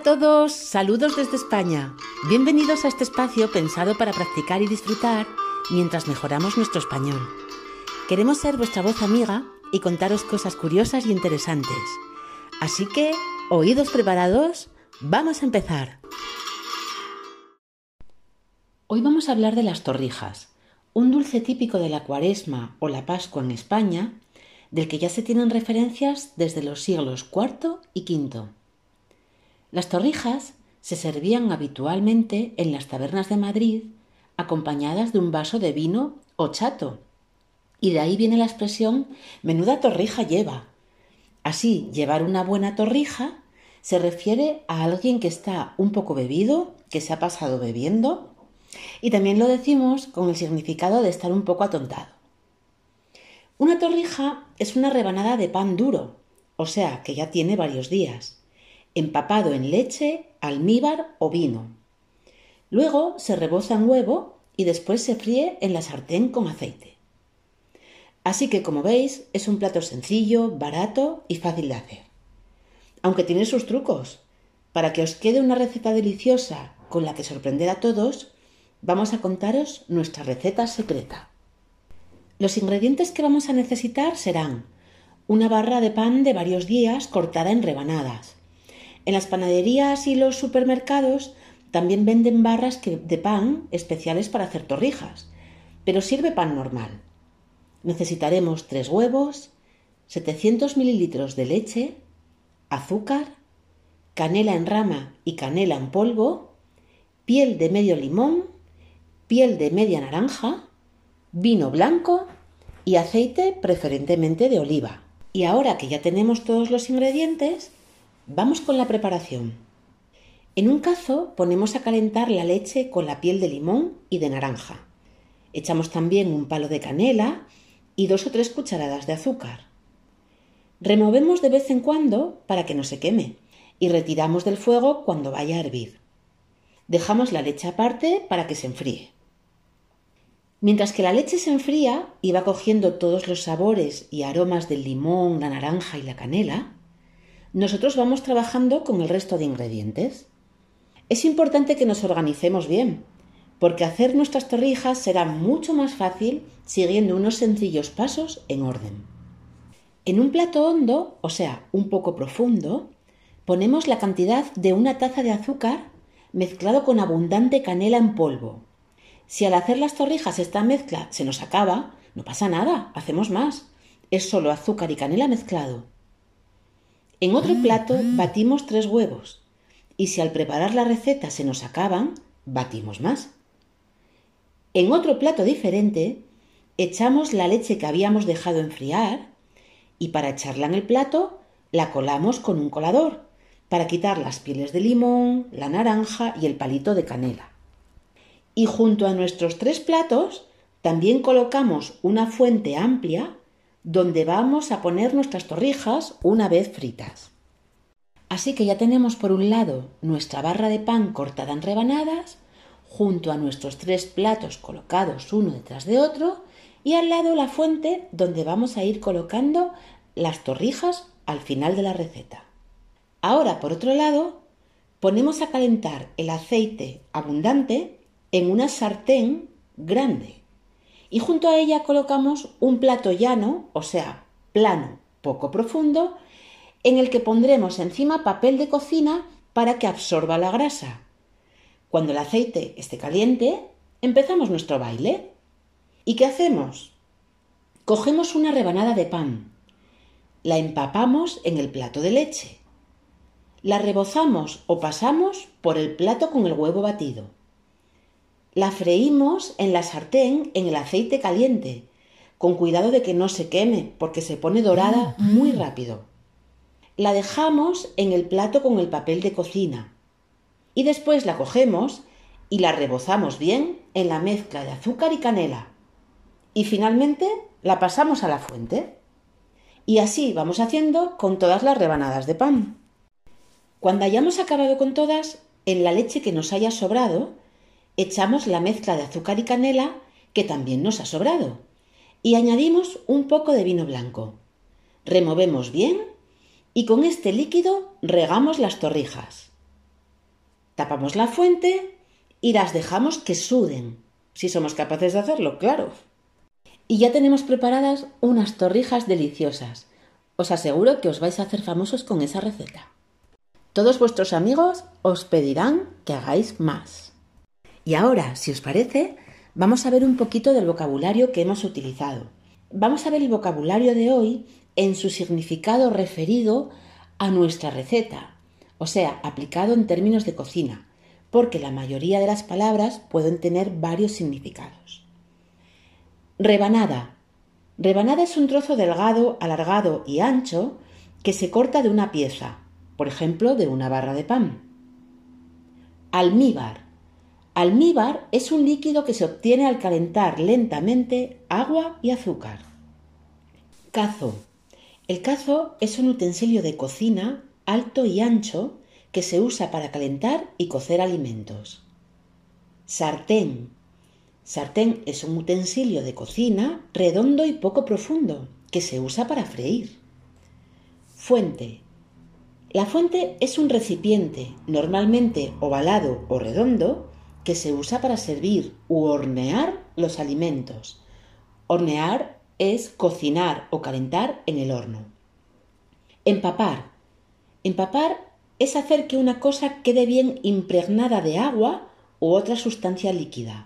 a todos, saludos desde España. Bienvenidos a este espacio pensado para practicar y disfrutar mientras mejoramos nuestro español. Queremos ser vuestra voz amiga y contaros cosas curiosas y interesantes. Así que, oídos preparados, vamos a empezar. Hoy vamos a hablar de las torrijas, un dulce típico de la Cuaresma o la Pascua en España, del que ya se tienen referencias desde los siglos IV y V. Las torrijas se servían habitualmente en las tabernas de Madrid acompañadas de un vaso de vino o chato, y de ahí viene la expresión menuda torrija lleva. Así, llevar una buena torrija se refiere a alguien que está un poco bebido, que se ha pasado bebiendo, y también lo decimos con el significado de estar un poco atontado. Una torrija es una rebanada de pan duro, o sea que ya tiene varios días, empapado en leche, almíbar o vino. Luego se reboza en huevo y después se fríe en la sartén con aceite. Así que, como veis, es un plato sencillo, barato y fácil de hacer. Aunque tiene sus trucos. Para que os quede una receta deliciosa con la que sorprender a todos, vamos a contaros nuestra receta secreta. Los ingredientes que vamos a necesitar serán una barra de pan de varios días cortada en rebanadas. En las panaderías y los supermercados también venden barras de pan especiales para hacer torrijas, pero sirve pan normal. Necesitaremos 3 huevos, 700 mililitros de leche, azúcar, canela en rama y canela en polvo, piel de medio limón, piel de media naranja, vino blanco y aceite preferentemente de oliva. Y ahora que ya tenemos todos los ingredientes, vamos con la preparación. En un cazo ponemos a calentar la leche con la piel de limón y de naranja. Echamos también un palo de canela y 2 o 3 cucharadas de azúcar. Removemos de vez en cuando para que no se queme y retiramos del fuego cuando vaya a hervir. Dejamos la leche aparte para que se enfríe. Mientras que la leche se enfría y va cogiendo todos los sabores y aromas del limón, la naranja y la canela, nosotros vamos trabajando con el resto de ingredientes. Es importante que nos organicemos bien, porque hacer nuestras torrijas será mucho más fácil siguiendo unos sencillos pasos en orden. En un plato hondo, o sea, un poco profundo, ponemos la cantidad de 1 taza de azúcar mezclado con abundante canela en polvo. Si al hacer las torrijas esta mezcla se nos acaba, no pasa nada, hacemos más. Es solo azúcar y canela mezclado. En otro plato batimos 3 huevos y si al preparar la receta se nos acaban, batimos más. En otro plato diferente echamos la leche que habíamos dejado enfriar y para echarla en el plato la colamos con un colador para quitar las pieles de limón, la naranja y el palito de canela. Y junto a nuestros 3 platos también colocamos una fuente amplia donde vamos a poner nuestras torrijas una vez fritas. Así que ya tenemos por un lado nuestra barra de pan cortada en rebanadas, junto a nuestros 3 platos colocados uno detrás de otro, y al lado la fuente donde vamos a ir colocando las torrijas al final de la receta. Ahora, por otro lado, ponemos a calentar el aceite abundante en una sartén grande. Y junto a ella colocamos un plato llano, o sea, plano, poco profundo, en el que pondremos encima papel de cocina para que absorba la grasa. Cuando el aceite esté caliente, empezamos nuestro baile. ¿Y qué hacemos? Cogemos una rebanada de pan, la empapamos en el plato de leche, la rebozamos o pasamos por el plato con el huevo batido. La freímos en la sartén en el aceite caliente, con cuidado de que no se queme porque se pone dorada muy rápido. La dejamos en el plato con el papel de cocina y después la cogemos y la rebozamos bien en la mezcla de azúcar y canela. Y finalmente la pasamos a la fuente. Y así vamos haciendo con todas las rebanadas de pan. Cuando hayamos acabado con todas, en la leche que nos haya sobrado, echamos la mezcla de azúcar y canela que también nos ha sobrado y añadimos un poco de vino blanco. Removemos bien y con este líquido regamos las torrijas. tapamos la fuente y las dejamos que suden, si somos capaces de hacerlo, claro. Y ya tenemos preparadas unas torrijas deliciosas. Os aseguro que os vais a hacer famosos con esa receta. Todos vuestros amigos os pedirán que hagáis más. Y ahora, si os parece, vamos a ver un poquito del vocabulario que hemos utilizado. Vamos a ver el vocabulario de hoy en su significado referido a nuestra receta, o sea, aplicado en términos de cocina, porque la mayoría de las palabras pueden tener varios significados. Rebanada. Rebanada es un trozo delgado, alargado y ancho que se corta de una pieza, por ejemplo, de una barra de pan. Almíbar. Almíbar es un líquido que se obtiene al calentar lentamente agua y azúcar. Cazo. El cazo es un utensilio de cocina alto y ancho que se usa para calentar y cocer alimentos. Sartén. Sartén es un utensilio de cocina redondo y poco profundo que se usa para freír. Fuente. La fuente es un recipiente, normalmente ovalado o redondo, que se usa para servir u hornear los alimentos. Hornear es cocinar o calentar en el horno. Empapar. Empapar es hacer que una cosa quede bien impregnada de agua u otra sustancia líquida.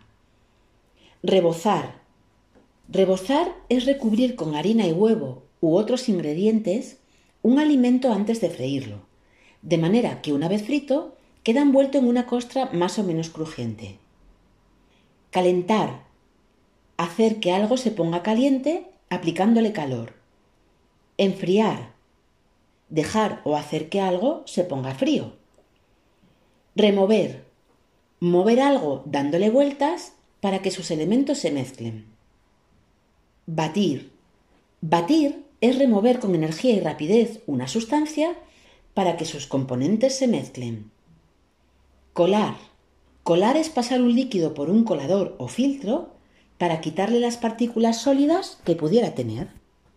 Rebozar. Rebozar es recubrir con harina y huevo u otros ingredientes un alimento antes de freírlo, de manera que una vez frito queda envuelto en una costra más o menos crujiente. Calentar. Hacer que algo se ponga caliente aplicándole calor. Enfriar. Dejar o hacer que algo se ponga frío. Remover. Mover algo dándole vueltas para que sus elementos se mezclen. Batir. Batir es remover con energía y rapidez una sustancia para que sus componentes se mezclen. Colar. Colar es pasar un líquido por un colador o filtro para quitarle las partículas sólidas que pudiera tener.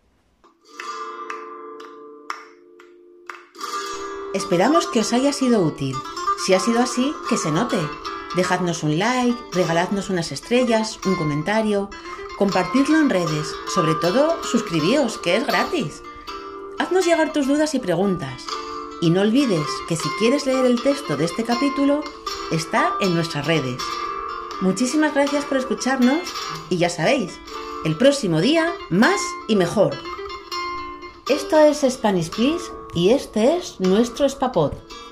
Esperamos que os haya sido útil. Si ha sido así, que se note. Dejadnos un like, regaladnos unas estrellas, un comentario, compartidlo en redes, sobre todo suscribíos, que es gratis. Haznos llegar tus dudas y preguntas. Y no olvides que si quieres leer el texto de este capítulo, está en nuestras redes. Muchísimas gracias por escucharnos y ya sabéis, el próximo día más y mejor. Esto es Spanish Please y este es nuestro Spapod.